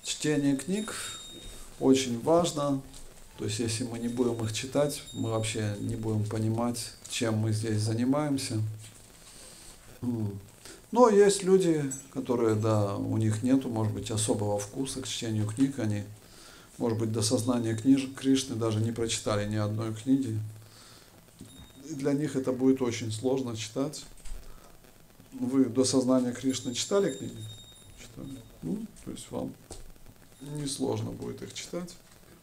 Чтение книг очень важно. То есть, если мы не будем их читать, мы вообще не будем понимать, чем мы здесь занимаемся. Но есть люди, которые, да, у них нету, может быть, особого вкуса к чтению книг. Они, может быть, до сознания Кришны даже не прочитали ни одной книги. И для них это будет очень сложно читать. Вы до сознания Кришны читали книги? Читали. То есть вам несложно будет их читать.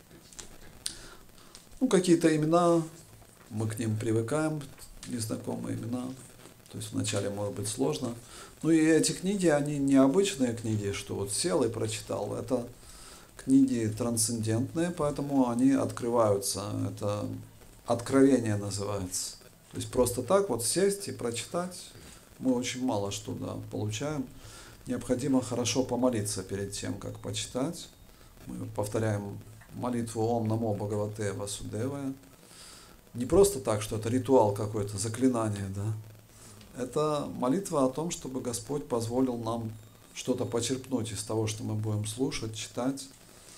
Какие-то имена, мы к ним привыкаем, незнакомые имена. То есть вначале может быть сложно. И эти книги, они необычные книги, что вот сел и прочитал. Это книги трансцендентные, поэтому они открываются. Это откровение называется. То есть просто так вот сесть и прочитать мы очень мало что получаем. Необходимо хорошо помолиться перед тем, как почитать. Мы повторяем молитву Ом Намо Бхагавате Васудевая. Не просто так, что это ритуал какой-то, заклинание, да. Это молитва о том, чтобы Господь позволил нам что-то почерпнуть из того, что мы будем слушать, читать.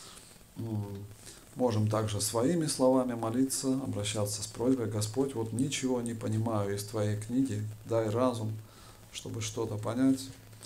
Можем также своими словами молиться, обращаться с просьбой: Господь, вот ничего не понимаю из Твоей книги, дай разум, чтобы что-то понять.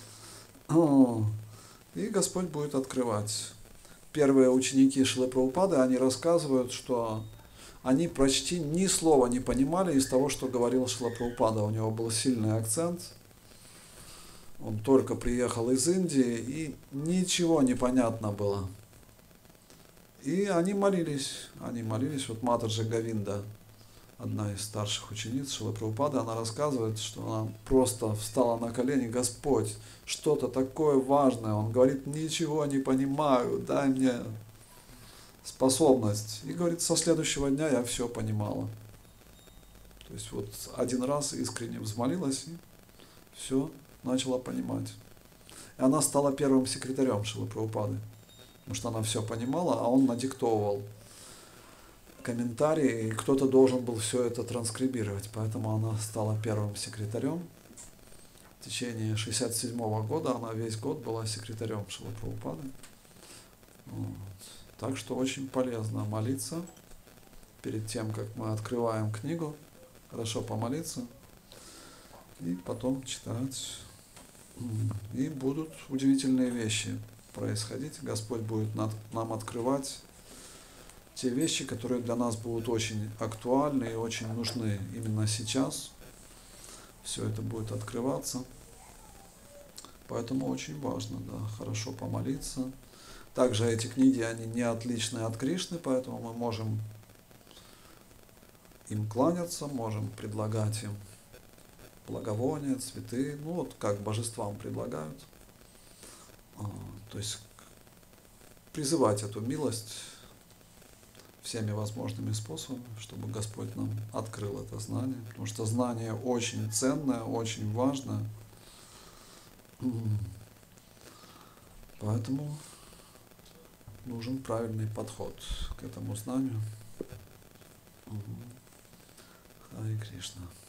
И Господь будет открывать. Первые ученики Шрилы Прабхупады, они рассказывают, что они почти ни слова не понимали из того, что говорил Шрила Прабхупада. У него был сильный акцент. Он только приехал из Индии, и ничего не понятно было. И они молились. Вот Матаджи Говинда, одна из старших учениц Шрилы Прабхупады, она рассказывает, что она просто встала на колени: Господь, что-то такое важное. Он говорит: ничего не понимаю, дай мне способность. И говорит, со следующего дня я все понимала. То есть вот один раз искренне взмолилась, и все начала понимать. И она стала первым секретарем Шрилы Прабхупады, потому что она все понимала, а он надиктовывал комментарии, и кто-то должен был все это транскрибировать. Поэтому она стала первым секретарем. В течение 1967 года она весь год была секретарем Шрилы Прабхупады. Так что очень полезно молиться перед тем, как мы открываем книгу. Хорошо помолиться и потом читать. И будут удивительные вещи происходить. Господь будет нам открывать те вещи, которые для нас будут очень актуальны и очень нужны именно сейчас. Все это будет открываться. Поэтому очень важно, хорошо помолиться. Также эти книги, они не отличны от Кришны, поэтому мы можем им кланяться, можем предлагать им благовония, цветы, как божествам предлагают. То есть призывать эту милость всеми возможными способами, чтобы Господь нам открыл это знание, потому что знание очень ценное, очень важное. Поэтому нужен правильный подход к этому знанию. Харе Кришна.